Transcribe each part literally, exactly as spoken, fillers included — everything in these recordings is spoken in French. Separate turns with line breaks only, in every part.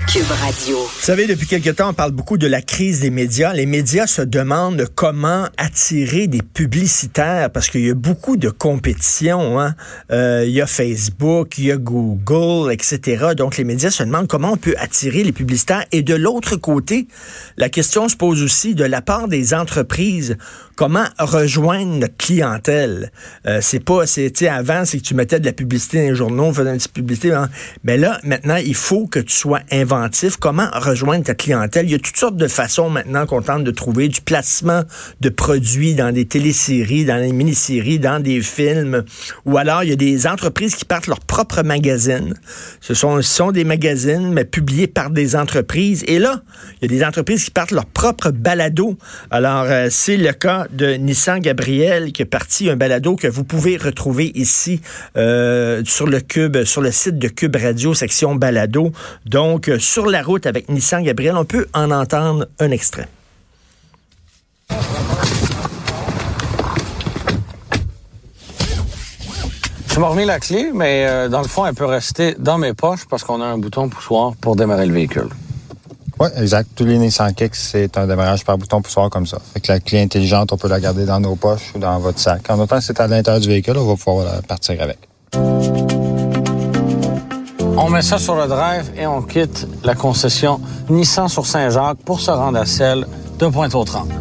Cube Radio.
Vous savez, depuis quelque temps, on parle beaucoup de la crise des médias. Les médias se demandent comment attirer des publicitaires parce qu'il y a beaucoup de compétition. Hein? Euh, il y a Facebook, il y a Google, et cetera. Donc, les médias se demandent comment on peut attirer les publicitaires. Et de l'autre côté, la question se pose aussi de la part des entreprises. Comment rejoindre notre clientèle? Euh, c'est pas, c'est, tu sais, avant, c'est que tu mettais de la publicité dans les journaux, faisais une petite publicité. Hein? Mais là, maintenant, il faut que tu sois inventif. Comment rejoindre ta clientèle? Il y a toutes sortes de façons maintenant qu'on tente de trouver du placement de produits dans des téléséries, dans des mini-séries, dans des films. Ou alors, il y a des entreprises qui partent leur propre magazine. Ce sont, ce sont des magazines, mais publiés par des entreprises. Et là, il y a des entreprises qui partent leur propre balado. Alors, euh, c'est le cas de Nissan Gabriel qui est parti un balado que vous pouvez retrouver ici euh, sur le Cube, sur le site de Cube Radio, section balado. Donc, euh, sur la route avec Nissan Gabriel, on peut en entendre un extrait.
Tu m'as remis la clé, mais euh, dans le fond, elle peut rester dans mes poches parce qu'on a un bouton poussoir pour démarrer le véhicule.
Oui, exact. Tous les Nissan Kicks, c'est un démarrage par bouton poussoir comme ça. Fait que la clé intelligente, on peut la garder dans nos poches ou dans votre sac. En autant que c'est à l'intérieur du véhicule, on va pouvoir partir avec.
On met ça sur le drive et on quitte la concession Nissan sur Saint-Jacques pour se rendre à celle de Pointe-aux-Trembles.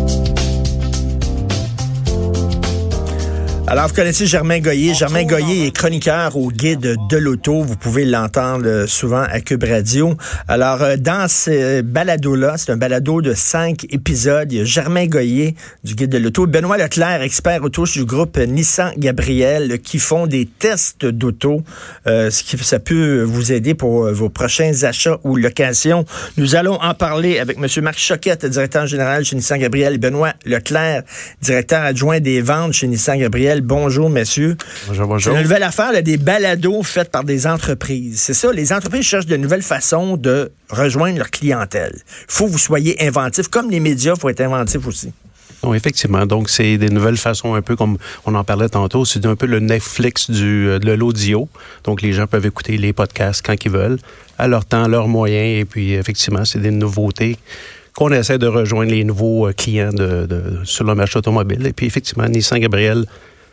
Alors, vous connaissez Germain Goyer. Germain Goyer est chroniqueur au Guide de l'auto. Vous pouvez l'entendre souvent à Cube Radio. Alors, dans ce balado-là, c'est un balado de cinq épisodes. Il y a Germain Goyer du Guide de l'auto, Benoît Leclerc, expert auto du groupe Nissan Gabriel, qui font des tests d'auto, euh, ce qui ça peut vous aider pour vos prochains achats ou locations. Nous allons en parler avec M. Marc Choquette, directeur général chez Nissan Gabriel, et Benoît Leclerc, directeur adjoint des ventes chez Nissan Gabriel. Bonjour, messieurs.
Bonjour, bonjour.
C'est une nouvelle affaire, là, des balados faits par des entreprises. C'est ça, les entreprises cherchent de nouvelles façons de rejoindre leur clientèle. Il faut que vous soyez inventifs. Comme les médias, il faut être inventif aussi.
Non, effectivement. Donc, c'est des nouvelles façons, un peu comme on en parlait tantôt. C'est un peu le Netflix du, de l'audio. Donc, les gens peuvent écouter les podcasts quand ils veulent, à leur temps, à leurs moyens. Et puis, effectivement, c'est des nouveautés qu'on essaie de rejoindre les nouveaux clients de, de, sur le marché automobile. Et puis, effectivement, Nissan Gabriel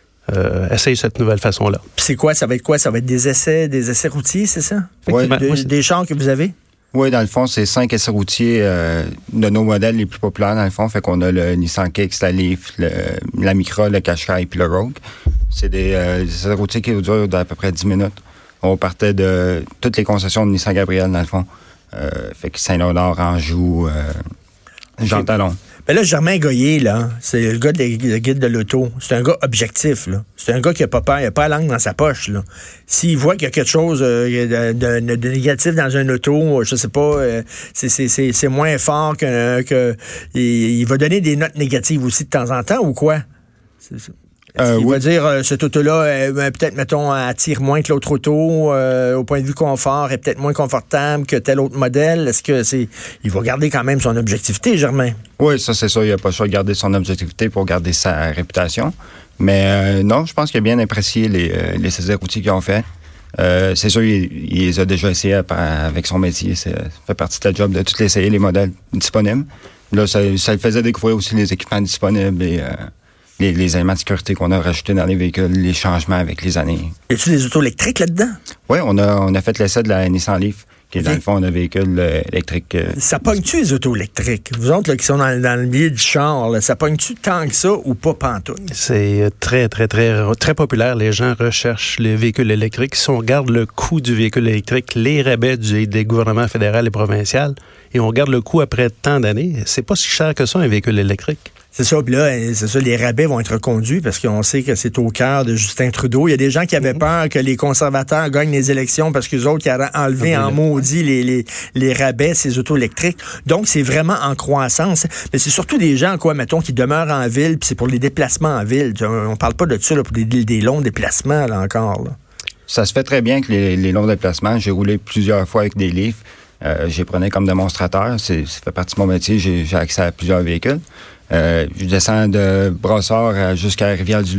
Euh, essaye cette nouvelle façon-là.
Puis c'est quoi? Ça va être quoi? Ça va être des essais, des essais routiers, c'est ça?
Oui.
De,
Oui,
des chars que vous avez?
Oui, dans le fond, c'est cinq essais routiers euh, de nos modèles les plus populaires, dans le fond. Fait qu'on a le Nissan Kicks, la Leaf, le, la Micra, le Qashqai puis le Rogue. C'est des, euh, des essais routiers qui durent d'à peu près dix minutes. On partait de toutes les concessions de Nissan Gabriel, dans le fond. Euh, fait que Saint-Laurent, Anjou, euh, Jean Talon.
Mais là, Germain Goyer, là, c'est le gars de le Guide de l'auto. C'est un gars objectif, là. C'est un gars qui a pas peur, il a pas la langue dans sa poche, là. S'il voit qu'il y a quelque chose euh, de, de, de négatif dans un auto, je sais pas, euh, c'est, c'est, c'est, c'est moins fort que, que il, il va donner des notes négatives aussi de temps en temps, ou quoi? C'est, c'est... Euh, il oui. va dire, euh, cette auto-là, euh, peut-être, mettons, attire moins que l'autre auto, euh, au point de vue confort, est peut-être moins confortable que tel autre modèle. Est-ce que c'est... Il va garder quand même son objectivité, Germain?
Oui, ça, c'est ça. Il n'a pas le choix de garder son objectivité pour garder sa réputation. Mais euh, non, je pense qu'il a bien apprécié les, euh, les essais routiers qu'ils ont fait. Euh, c'est sûr, il, il les a déjà essayés avec son métier. C'est, ça fait partie de la job de tous les essayer, les modèles disponibles. Là, ça, ça le faisait découvrir aussi les équipements disponibles et... Euh, Les, les éléments de sécurité qu'on a rajoutés dans les véhicules, les changements avec les années.
Y a-t-il des autos électriques là-dedans?
Oui, on a, on a fait l'essai de la Nissan Leaf, qui est okay. Dans le fond un véhicule euh, électrique. Euh...
Ça pogne-tu les autos électriques? Vous autres là, qui sont dans, dans le milieu du char, là, ça pogne-tu tant que ça ou pas pantoute?
C'est très, très, très, très populaire. Les gens recherchent les véhicules électriques. Si on regarde le coût du véhicule électrique, les rabais du, des gouvernements fédéraux et provinciaux, et on regarde le coût après tant d'années, c'est pas si cher que ça, un véhicule électrique.
C'est ça, puis là, c'est ça, les rabais vont être conduits parce qu'on sait que c'est au cœur de Justin Trudeau. Il y a des gens qui avaient peur que les conservateurs gagnent les élections parce qu'eux autres qui auraient enlevé en maudit les, les, les rabais, ces autos électriques. Donc, c'est vraiment en croissance. Mais c'est surtout des gens, quoi, mettons, qui demeurent en ville, puis c'est pour les déplacements en ville. On parle pas de ça là, pour des, des longs déplacements, là, encore. Là.
Ça se fait très bien que les, les longs déplacements. J'ai roulé plusieurs fois avec des Leafs. Euh, j'ai prenais comme démonstrateur. C'est, ça fait partie de mon métier. J'ai, j'ai accès à plusieurs véhicules. Euh, je descends de Brossard jusqu'à Rivière-du-Loup.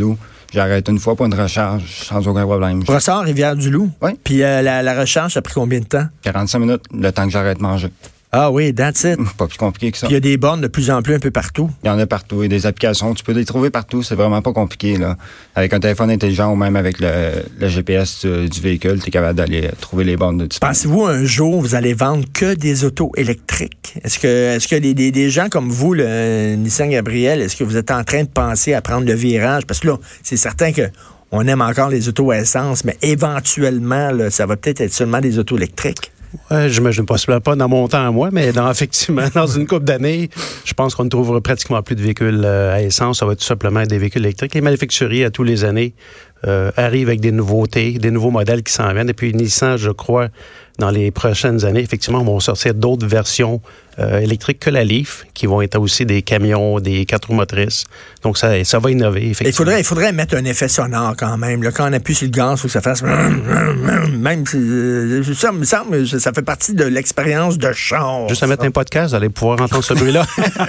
J'arrête une fois pour une recharge sans aucun problème.
Brossard, Rivière-du-Loup?
Oui.
Puis euh, la, la recharge, ça a pris combien de temps?
quarante-cinq minutes, le temps que j'arrête de manger.
Ah oui, that's it.
Pas plus compliqué que ça.
Puis il y a des bornes de plus en plus un peu partout.
Il y en a partout. Et des applications, tu peux les trouver partout. C'est vraiment pas compliqué, là. Avec un téléphone intelligent ou même avec le, le G P S du, du véhicule, tu es capable d'aller trouver les bornes de disponibles.
Pensez-vous un jour, vous allez vendre que des autos électriques? Est-ce que, est-ce que des, des, des gens comme vous, le Nissan Gabriel, est-ce que vous êtes en train de penser à prendre le virage? Parce que là, c'est certain que on aime encore les autos à essence, mais éventuellement, là, ça va peut-être être seulement des autos électriques.
Ouais, j'imagine possiblement pas dans mon temps à moi, mais dans, effectivement, dans une couple d'années, je pense qu'on ne trouvera pratiquement plus de véhicules euh, à essence. Ça va tout simplement être des véhicules électriques. Les manufacturiers, à tous les années, euh, arrivent avec des nouveautés, des nouveaux modèles qui s'en viennent. Et puis Nissan, je crois, dans les prochaines années, effectivement, vont sortir d'autres versions euh, électriques que la Leaf, qui vont être aussi des camions, des quatre roues motrices. Donc, ça, ça va innover, effectivement.
Il faudrait, il faudrait mettre un effet sonore quand même. Là. Quand on appuie sur le gaz, il faut que ça fasse... Même si... Ça me semble, ça fait partie de l'expérience de char.
Juste à mettre un podcast, vous allez pouvoir entendre ce bruit-là.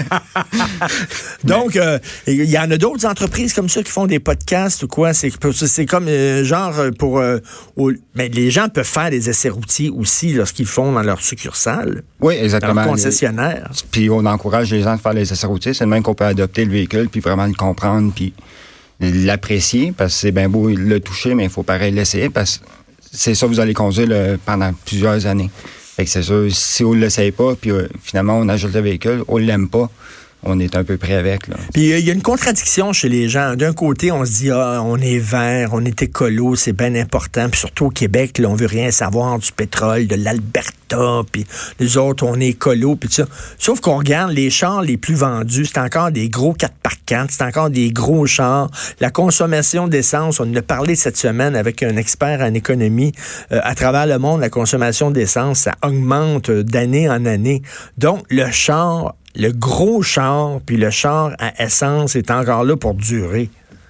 Donc, euh, il y en a d'autres entreprises comme ça qui font des podcasts ou quoi? C'est, c'est comme euh, genre pour... Euh, au, mais les gens peuvent faire des essais routiers aussi lorsqu'ils font dans leur succursale.
Oui, exactement.
Dans leur concessionnaire.
Puis on encourage les gens à faire les essais routiers. C'est le même qu'on peut adopter le véhicule puis vraiment le comprendre puis l'apprécier parce que c'est bien beau le toucher, mais il faut pareil l'essayer parce que c'est ça que vous allez conduire le, pendant plusieurs années. Fait que c'est sûr, si on ne l'essaye pas puis euh, finalement on ajoute le véhicule, on ne l'aime pas, on est un peu prêt avec. Là.
Puis il y a une contradiction chez les gens. D'un côté, on se dit, ah, on est vert, on est écolo, c'est bien important. Puis surtout au Québec, là, on veut rien savoir du pétrole, de l'Alberta, puis les autres, on est écolo, puis tout ça. Sauf qu'on regarde les chars les plus vendus, c'est encore des gros quatre par quatre, c'est encore des gros chars. La consommation d'essence, on en a parlé cette semaine avec un expert en économie. Euh, à travers le monde, la consommation d'essence, ça augmente d'année en année. Donc, le char... Le gros char, puis le char à essence est encore là pour durer.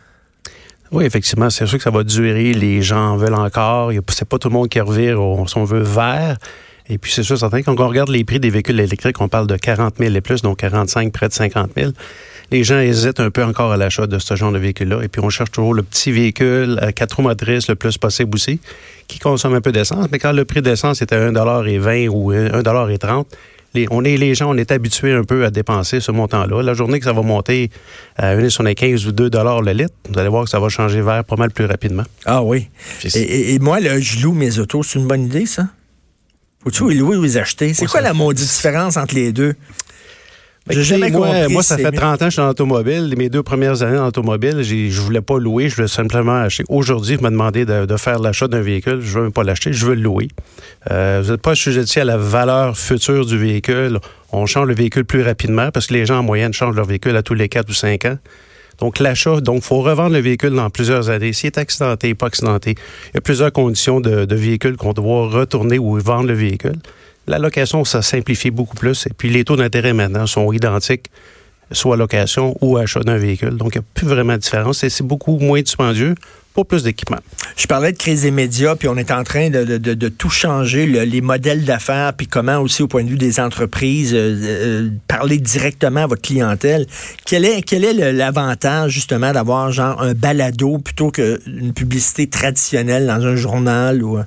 Oui, effectivement, c'est sûr que ça va durer. Les gens en veulent encore. C'est pas tout le monde qui revire, au, si on veut, vert. Et puis, c'est sûr, certain, quand on regarde les prix des véhicules électriques, on parle de quarante mille et plus, donc quarante-cinq, près de cinquante mille. Les gens hésitent un peu encore à l'achat de ce genre de véhicule-là. Et puis, on cherche toujours le petit véhicule à quatre roues motrices le plus possible aussi, qui consomme un peu d'essence. Mais quand le prix d'essence est à un dollar vingt ou un dollar trente, Les, on est, les gens, on est habitués un peu à dépenser ce montant-là. La journée que ça va monter à un virgule soixante-quinze ou deux dollars le litre, vous allez voir que ça va changer vert pas mal plus rapidement.
Ah oui. Et, et, et moi, là, je loue mes autos. C'est une bonne idée, ça? Faut-tu les louer ou les acheter? C'est oui, quoi la maudite différence entre les deux?
Ben, J'ai jamais moi, compris, moi, ça fait trente ans que je suis dans l'automobile. Mes deux premières années dans l'automobile, j'ai, je voulais pas louer, je voulais simplement acheter. Aujourd'hui, vous me demandez de, de faire l'achat d'un véhicule. Je veux même pas l'acheter, je veux le louer. Euh, vous n'êtes pas assujetti à la valeur future du véhicule. On change le véhicule plus rapidement parce que les gens, en moyenne, changent leur véhicule à tous les quatre ou cinq ans. Donc, l'achat, donc, il faut revendre le véhicule dans plusieurs années. S'il est accidenté, pas accidenté, il y a plusieurs conditions de, de véhicule qu'on doit retourner ou vendre le véhicule. La location, ça simplifie beaucoup plus. Et puis, les taux d'intérêt maintenant sont identiques, soit location ou achat d'un véhicule. Donc, il n'y a plus vraiment de différence. Et c'est beaucoup moins dispendieux pour plus d'équipement.
Je parlais de crise des médias, puis on est en train de, de, de tout changer, le, les modèles d'affaires, puis comment aussi, au point de vue des entreprises, euh, euh, parler directement à votre clientèle. Quel est, quel est le, l'avantage, justement, d'avoir genre un balado plutôt qu'une publicité traditionnelle dans un journal ou...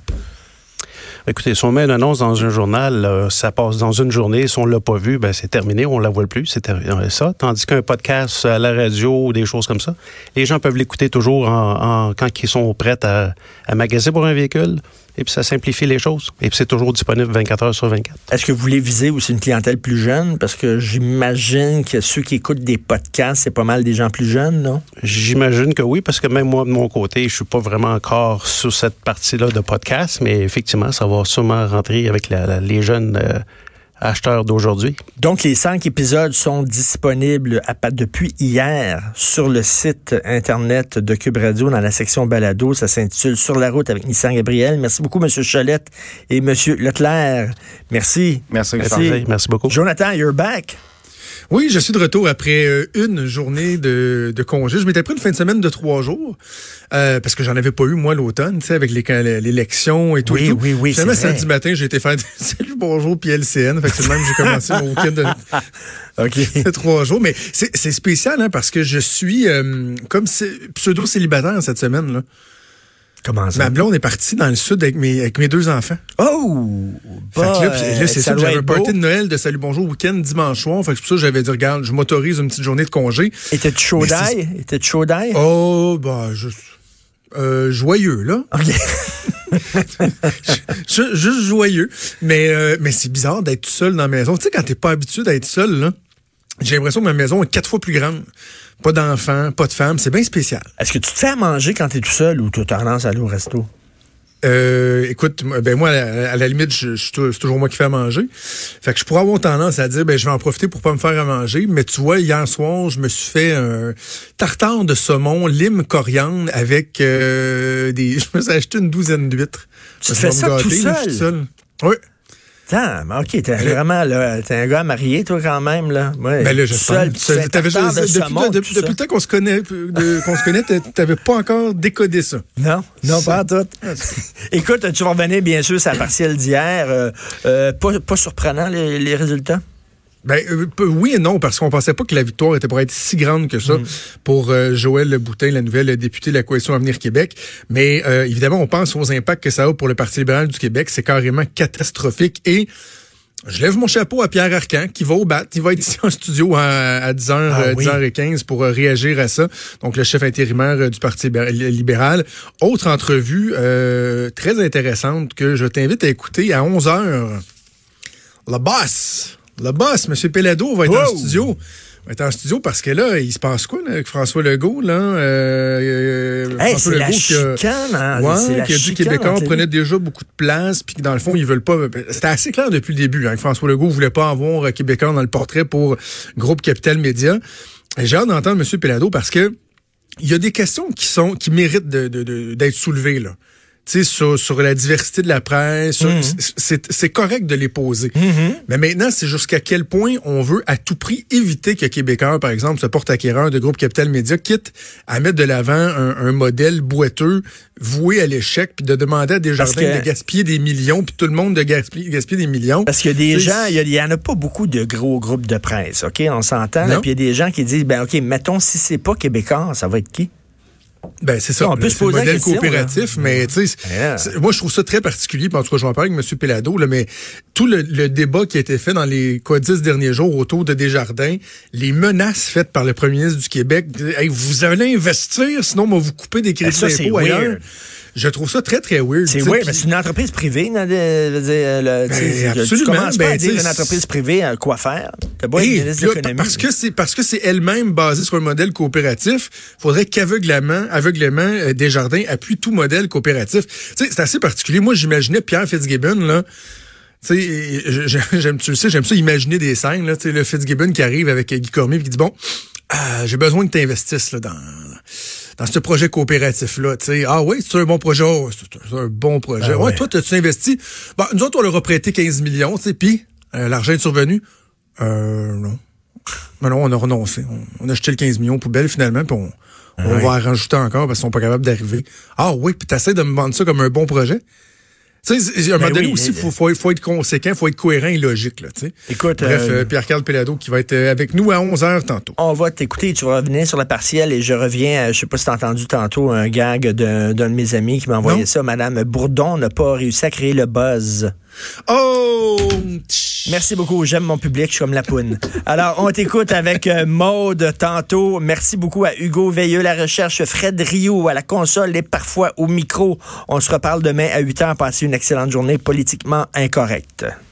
Écoutez, si on met une annonce dans un journal, là, ça passe dans une journée. Si on ne l'a pas vu, ben c'est terminé, on ne la voit plus, c'est terminé, ça. Tandis qu'un podcast à la radio ou des choses comme ça, les gens peuvent l'écouter toujours en, en, quand ils sont prêts à, à magasiner pour un véhicule. Et puis, ça simplifie les choses. Et puis, c'est toujours disponible vingt-quatre heures sur vingt-quatre.
Est-ce que vous voulez viser aussi une clientèle plus jeune? Parce que j'imagine que ceux qui écoutent des podcasts, c'est pas mal des gens plus jeunes, non?
J'imagine que oui, parce que même moi, de mon côté, je suis pas vraiment encore sur cette partie-là de podcast, mais effectivement, ça va sûrement rentrer avec la, la, les jeunes euh, acheteurs d'aujourd'hui.
Donc, les cinq épisodes sont disponibles à, depuis hier sur le site Internet de Cube Radio dans la section balado. Ça s'intitule « Sur la route avec Nissan Gabriel ». Merci beaucoup, M. Cholette et M. Leclerc. Merci.
Merci.
Merci. Merci beaucoup.
Jonathan, you're back.
Oui, je suis de retour après euh, une journée de, de congé. Je m'étais pris une fin de semaine de trois jours euh, parce que j'en avais pas eu, moi, l'automne, tu sais, avec les, l'élection et tout.
Oui,
et tout.
oui, oui,
Finalement,
c'est vrai.
samedi matin, j'ai été faire salut, bonjour, puis L C N. Fait que c'est le même que j'ai commencé mon week-end de,
OK.
de trois jours. Mais c'est, c'est spécial, hein, parce que je suis euh, comme pseudo-célibataire cette semaine, là.
Comment ça?
Ma blonde est partie dans le sud avec mes, avec mes deux enfants.
Oh!
Fait que là, pis là, c'est ça,
doit
j'avais un
être
party
beau.
de Noël de Salut Bonjour week-end dimanche soir. Fait que c'est pour ça que j'avais dit, regarde, je m'autorise une petite journée de congé.
Était-tu chaud
Mais
d'ail? Était-tu chaud d'ail?
Oh, bah, juste, euh, joyeux, là.
OK.
juste, juste joyeux. Mais, euh, mais c'est bizarre d'être tout seul dans la maison. Tu sais, quand t'es pas habitué d'être seul, là, j'ai l'impression que ma maison est quatre fois plus grande. Pas d'enfants, pas de femmes. C'est bien spécial.
Est-ce que tu te fais à manger quand t'es tout seul ou tu as tendance à aller au resto?
Euh, écoute, ben moi, à la, à la limite, je, je, c'est toujours moi qui fais à manger. Fait que je pourrais avoir tendance à dire, ben je vais en profiter pour pas me faire à manger. Mais tu vois, hier soir, je me suis fait un tartare de saumon, lime, coriandre avec euh, des. Je me suis acheté une douzaine d'huîtres.
Tu fais ça
gâter,
tout
là,
seul?
je suis seul. Oui.
Attends, mais OK, t'es
Ben là-
vraiment, là, t'es un gars marié, toi, quand même, là. Ouais,
Ben là,
tout
j'espère.
seul,
Tu
tu fais un
t'avais
tartare
juste-
de
depuis,
saumon,
depuis,
tout
depuis le
ça.
temps qu'on se connaît, de- qu'on se connaît, t'a- t'avais pas encore décodé ça.
Non, non,
Ça-
pas en tout. Écoute, tu vas revenir, bien sûr, sur la partielle d'hier. Euh, euh, pas, pas surprenant, les, les résultats?
Ben euh, peu- oui et non, parce qu'on pensait pas que la victoire était pour être si grande que ça
Mm.
pour euh, Joël Boutin, la nouvelle députée de la Coalition Avenir Québec. Mais euh, évidemment, on pense aux impacts que ça a pour le Parti libéral du Québec. C'est carrément catastrophique. Et je lève mon chapeau à Pierre Arcan, qui va au bat. Il va être ici en studio à, à dix heures,
Ah oui.
dix heures quinze pour euh, réagir à ça. Donc, le chef intérimaire euh, du Parti libé- libéral. Autre entrevue euh, très intéressante que je t'invite à écouter à onze heures. Le boss, le boss, M. Péladeau va être en
Wow!
studio. Va être en studio parce que là, il se passe quoi là, avec François Legault, là? Euh, euh,
Hey,
François
c'est la
Legault qui a-
chicane, hein?
Ouais,
C'est la
qui a dit que
chicane
Québécois
entre les
prenait déjà beaucoup de place, puis que dans le fond, ils veulent pas. C'était assez clair depuis le début, hein, que François Legault voulait pas avoir Québécois dans le portrait pour Groupe Capital Média. Et j'ai hâte d'entendre M. Péladeau parce que il y a des questions qui sont qui méritent de, de, de- d'être soulevées, là. Tu sais, sur, sur la diversité de la presse, sur-
Mm-hmm.
c'est, c'est correct de les poser.
Mm-hmm.
Mais maintenant, c'est jusqu'à quel point on veut à tout prix éviter que Québécois, par exemple, se porte acquéreur de Groupe Capital Média, quitte à mettre de l'avant un, un modèle boiteux, voué à l'échec, puis de demander à Desjardins
que-
de gaspiller des millions, puis tout le monde de gaspiller, gaspiller des millions.
Parce qu'il y a des
C'est-
gens, il y, a- il y en a pas beaucoup de gros groupes de presse, OK? On s'entend. là,
Non.
Puis il y a des gens qui disent, ben OK, mettons, si c'est pas québécois, ça va être qui?
Ben, c'est ça.
On peut
là,
se
c'est le
poser la
modèle
question,
coopératif,
là.
mais tu sais,
Yeah.
c'est- moi, je trouve ça très particulier. puis En tout cas, je vais en parler avec M. Péladeau, là, mais tout le, le débat qui a été fait dans les quoi, dix derniers jours autour de Desjardins, les menaces faites par le premier ministre du Québec, hey, vous allez investir, sinon on va vous couper des crédits
ça, c'est
d'impôt ailleurs.
weird.
Je trouve ça très, très weird.
C'est
tu sais,
oui,
puis-
mais c'est une entreprise privée. Là, de, de dire, le- tu sais, tu
absolument,
commences pas
ben,
à dire
tu sais,
une entreprise privée euh, quoi faire. T'as pas
Hey,
une ministre
puis là,
d'économie.
parce que c'est parce que c'est elle-même basée sur un modèle coopératif, faudrait qu'aveuglément, aveuglément, euh, Desjardins appuie tout modèle coopératif. Tu sais, c'est assez particulier. Moi, j'imaginais Pierre Fitzgibbon là. Tu sais, je- je- j'aime, tu le sais, j'aime ça imaginer des scènes là. Tu sais, le Fitzgibbon qui arrive avec Guy Cormier et qui dit bon, ah, j'ai besoin que tu investisses là dans dans ce projet coopératif-là, tu sais. Ah oui, c'est un bon projet. Oh, c'est c'est un bon projet.
Ah
ouais,
ouais.
toi, t'as-tu investi? Bon, nous autres, on leur a prêté quinze millions, tu sais, puis euh, l'argent est survenu? Euh, non. Mais non, on a renoncé. On, on a acheté le quinze millions poubelle, finalement, puis on, on
Ouais.
va en rajouter encore parce qu'ils sont pas capables d'arriver. Ah oui, puis t'essaies de me vendre ça comme un bon projet? Tu sais, à un
Ben
moment donné
oui,
aussi, il
mais-
faut, faut, faut être conséquent, il faut être cohérent et logique, là, tu sais.
Écoute,
Bref,
euh,
euh, Pierre-Carl Péladeau qui va être euh, avec nous à onze heures tantôt.
on va t'écouter, tu vas revenir sur la partielle et je reviens, euh, je sais pas si t'as entendu tantôt un gag d'un, d'un de mes amis qui m'a envoyé
Non.
ça. Madame Bourdon n'a pas réussi à créer le buzz.
Oh!
Merci beaucoup, j'aime mon public, je suis comme la poune. Alors, on t'écoute avec euh, Maude tantôt. Merci beaucoup à Hugo Veilleux, la recherche, Fred Rio à la console et parfois au micro. On se reparle demain à huit heures. Passez une excellente journée politiquement incorrecte.